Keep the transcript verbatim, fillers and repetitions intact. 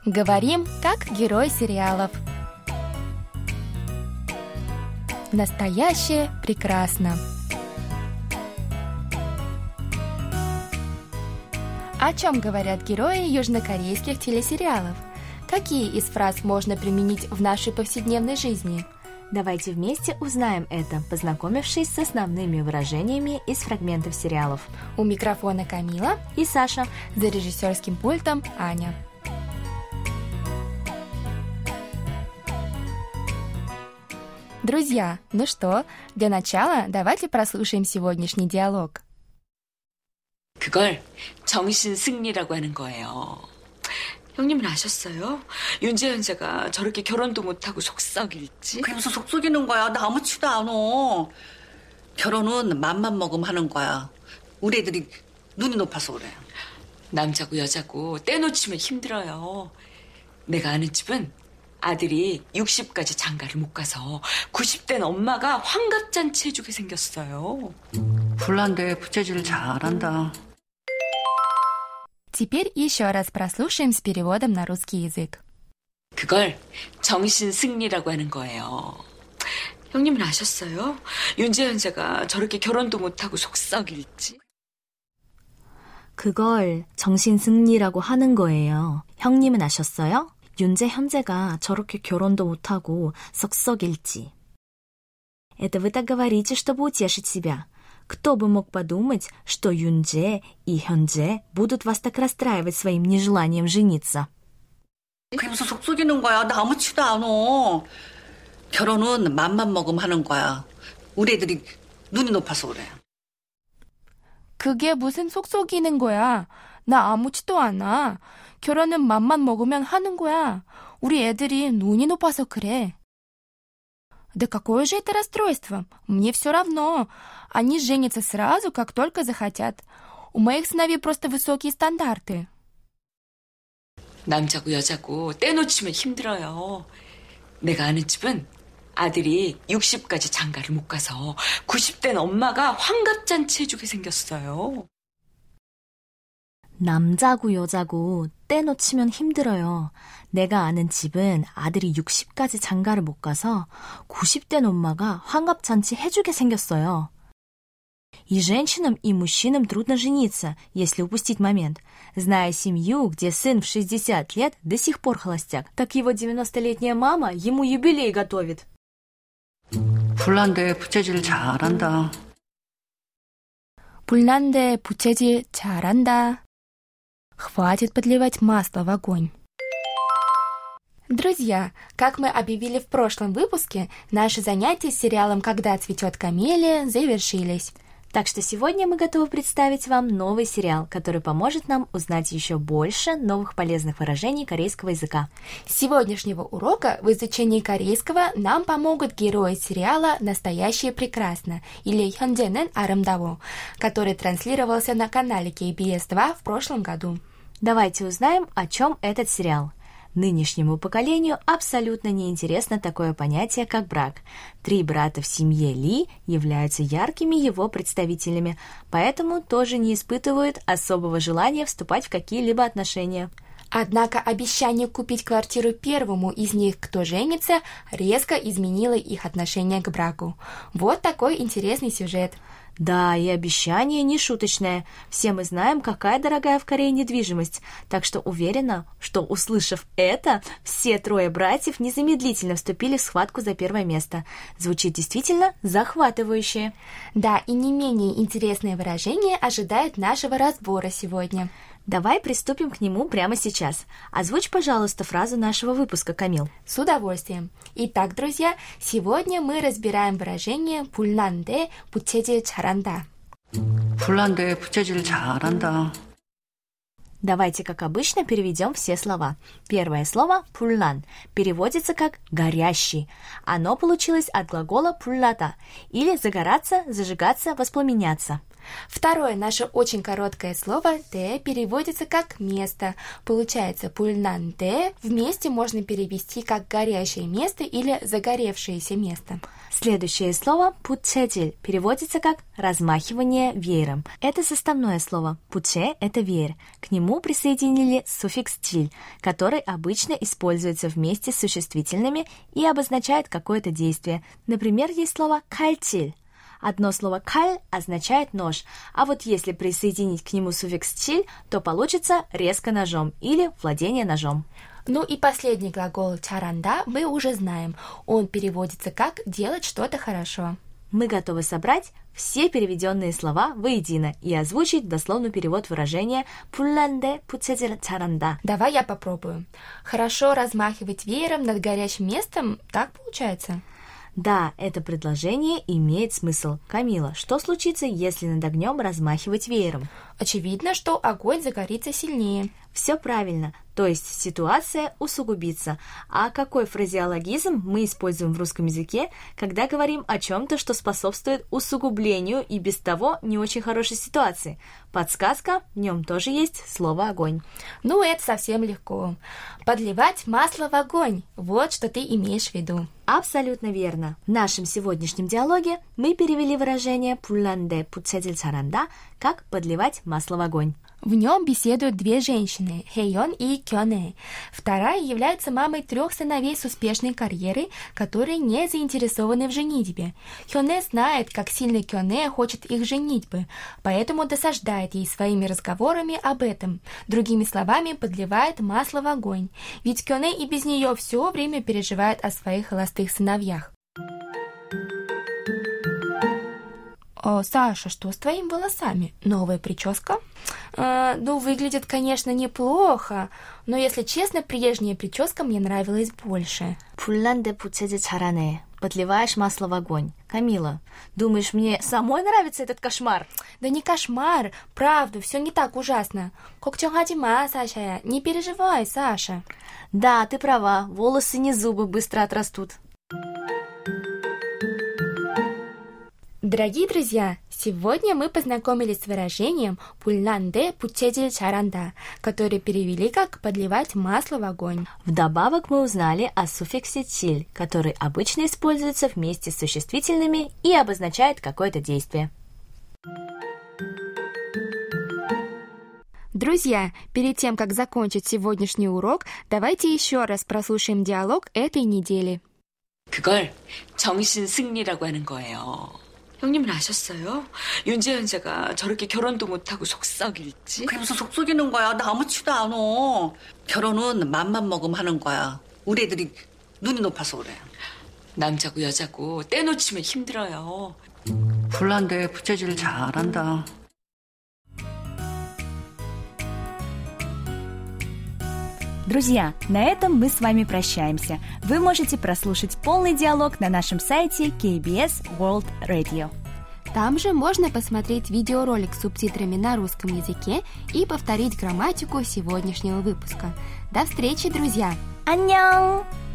Говорим, как герой сериалов. Настоящее прекрасно. О чем говорят герои южнокорейских телесериалов? Какие из фраз можно применить в нашей повседневной жизни? Давайте вместе узнаем это, познакомившись с основными выражениями из фрагментов сериалов. У микрофона Камила и Саша. За режиссерским пультом Аня. Друзья, ну что, для начала давайте прослушаем сегодняшний диалог. 그걸 정신승리라고 하는 거예요. 형님은 아셨어요? 윤재 현재가 저렇게 결혼도 못하고 속썩일지? 그게 무슨 속썩이는 거야? 나 아무렇지도 않아. 결혼은 맘만 먹으면 하는 거야. 우리 애들이 눈이 높아서 그래. 남자고 여자고 떼놓치면 힘들어요. 내가 아는 집은 아들이 육십까지 장가를 못 가서 구십 된 엄마가 환갑잔치 해주게 생겼어요. 불난데 부채질 잘한다. Теперь еще раз прослушаем с переводом на русский язык. 그걸 정신승리라고 하는 거예요. 형님은 아셨어요? 윤재 현재가 저렇게 결혼도 못하고 속썩일지? 그걸 정신승리라고 하는 거예요. 형님은 아셨어요? 윤재 현재가 저렇게 결혼도 못하고 썩썩일지. Это вы так говорите, чтобы утешить себя. Кто бы мог подумать, что Юнже и Хёнже будут вас так расстраивать своим нежеланием жениться? 그게 무슨 속썩이는 거야? 나 아무렇지도 않아. 결혼은 맘만 먹으면 하는 거야. 우리 애들이 눈이 높아서 그래. 그게 무슨 속속이는 거야? 나 아무렇지도 않아. 결혼은 맘만 먹으면 하는 거야. 우리 애들이 눈이 높아서 그래. Да какое же это расстройство? Мне все равно. Они женятся сразу, как только захотят. У моих сыновей просто высокие стандарты. 남자고 여자고 떼놓치면 힘들어요. 내가 아는 집은 아들이 육십까지 장가를 못 가서 구십 된 엄마가 환갑잔치 해주게 생겼어요. 남자고 여자고 떼놓치면 힘들어요. 내가 아는 집은 아들이 육십까지 장가를 못 가서 구십 된 엄마가 환갑잔치 해주게 생겼어요. И женщинам, и мужчинам трудно жениться, если упустить момент. Зная семью, где сын в шестьдесят лет до сих пор холостяк, так его девяностолетняя мама ему юбилей готовит. 불난데 부채질 잘한다. 불난데 부채질 잘한다. Хватит подливать масло в огонь. Друзья, как мы объявили в прошлом выпуске, наши занятия с сериалом «Когда цветет камелия» завершились. Так что сегодня мы готовы представить вам новый сериал, который поможет нам узнать еще больше новых полезных выражений корейского языка. С сегодняшнего урока в изучении корейского нам помогут герои сериала «Настоящее прекрасно» или «Хёнджэ는 아름다워», который транслировался на канале кей би эс два в прошлом году. Давайте узнаем, о чем этот сериал. Нынешнему поколению абсолютно неинтересно такое понятие, как брак. Три брата в семье Ли являются яркими его представителями, поэтому тоже не испытывают особого желания вступать в какие-либо отношения. Однако обещание купить квартиру первому из них, кто женится, резко изменило их отношение к браку. Вот такой интересный сюжет. Да, и обещание не шуточное. Все мы знаем, какая дорогая в Корее недвижимость. Так что уверена, что, услышав это, все трое братьев незамедлительно вступили в схватку за первое место. Звучит действительно захватывающе. Да, и не менее интересное выражение ожидает нашего разбора сегодня. Давай приступим к нему прямо сейчас. Озвучь, пожалуйста, фразу нашего выпуска, Камил. С удовольствием. Итак, друзья, сегодня мы разбираем выражение 불난데 부채질 잘한다. 불난데 부채질 잘한다. Давайте, как обычно, переведем все слова. Первое слово «пуллан» переводится как «горящий». Оно получилось от глагола «пуллата» или «загораться», «зажигаться», «воспламеняться». Второе наше очень короткое слово «де» переводится как «место». Получается «пульнанде» вместе можно перевести как «горящее место» или «загоревшееся место». Следующее слово «пуче질» переводится как «размахивание веером». Это составное слово. «Пуче» — это веер. К нему присоединили суффикс «тиль», который обычно используется вместе с существительными и обозначает какое-то действие. Например, есть слово «кальтиль». Одно слово «каль» означает «нож», а вот если присоединить к нему суффикс «тиль», то получится «резко ножом» или «владение ножом». Ну и последний глагол «чаранда» мы уже знаем. Он переводится как «делать что-то хорошо». Мы готовы собрать все переведенные слова воедино и озвучить дословный перевод выражения «пулланде пуче질 잘한다». Давай я попробую. Хорошо размахивать веером над горящим местом, так получается? Да, это предложение имеет смысл. Камила, что случится, если над огнем размахивать веером? Очевидно, что огонь загорится сильнее. Все правильно, то есть ситуация усугубится. А какой фразеологизм мы используем в русском языке, когда говорим о чем-то, что способствует усугублению и без того не очень хорошей ситуации? Подсказка, в нем тоже есть слово «огонь». Ну, это совсем легко. Подливать масло в огонь. Вот что ты имеешь в виду. Абсолютно верно. В нашем сегодняшнем диалоге мы перевели выражение «пулланде пуче질 잘한다» как «подливать масло в огонь». В нем беседуют две женщины, Хэйон и Кёне. Вторая является мамой трех сыновей с успешной карьерой, которые не заинтересованы в женитьбе. Кёне знает, как сильно Кёне хочет их женитьбы, поэтому досаждает ей своими разговорами об этом. Другими словами, подливает масло в огонь. Ведь Кёне и без нее все время переживает о своих холостых сыновьях. О, Саша, что с твоими волосами? Новая прическа? А, ну, выглядит, конечно, неплохо, но, если честно, прежняя прическа мне нравилась больше. «Пулланде пуче질 잘하네». Подливаешь масло в огонь. Камила, думаешь, мне самой нравится этот кошмар? Да не кошмар, правда, все не так ужасно. 걱정하지 마, Саша, не переживай, Саша. Да, ты права, волосы не зубы быстро отрастут. Дорогие друзья, сегодня мы познакомились с выражением «пульнанде пуче질 잘한다», которое перевели как «подливать масло в огонь». Вдобавок мы узнали о суффиксе «тиль», который обычно используется вместе с существительными и обозначает какое-то действие. Друзья, перед тем, как закончить сегодняшний урок, давайте еще раз прослушаем диалог этой недели. 그걸 정신 승리라고 하는 거예요. 형님은 아셨어요? 윤재 현자가 저렇게 결혼도 못하고 속썩일지? 그게 무슨 속썩이는 거야? 나 아무렇지도 않아. 결혼은 맘만 먹으면 하는 거야. 우리 애들이 눈이 높아서 그래. 남자고 여자고 떼놓치면 힘들어요. 불난데 부채질 잘한다. Друзья, на этом мы с вами прощаемся. Вы можете прослушать полный диалог на нашем сайте кей би эс World Radio. Там же можно посмотреть видеоролик с субтитрами на русском языке и повторить грамматику сегодняшнего выпуска. До встречи, друзья! 안녕!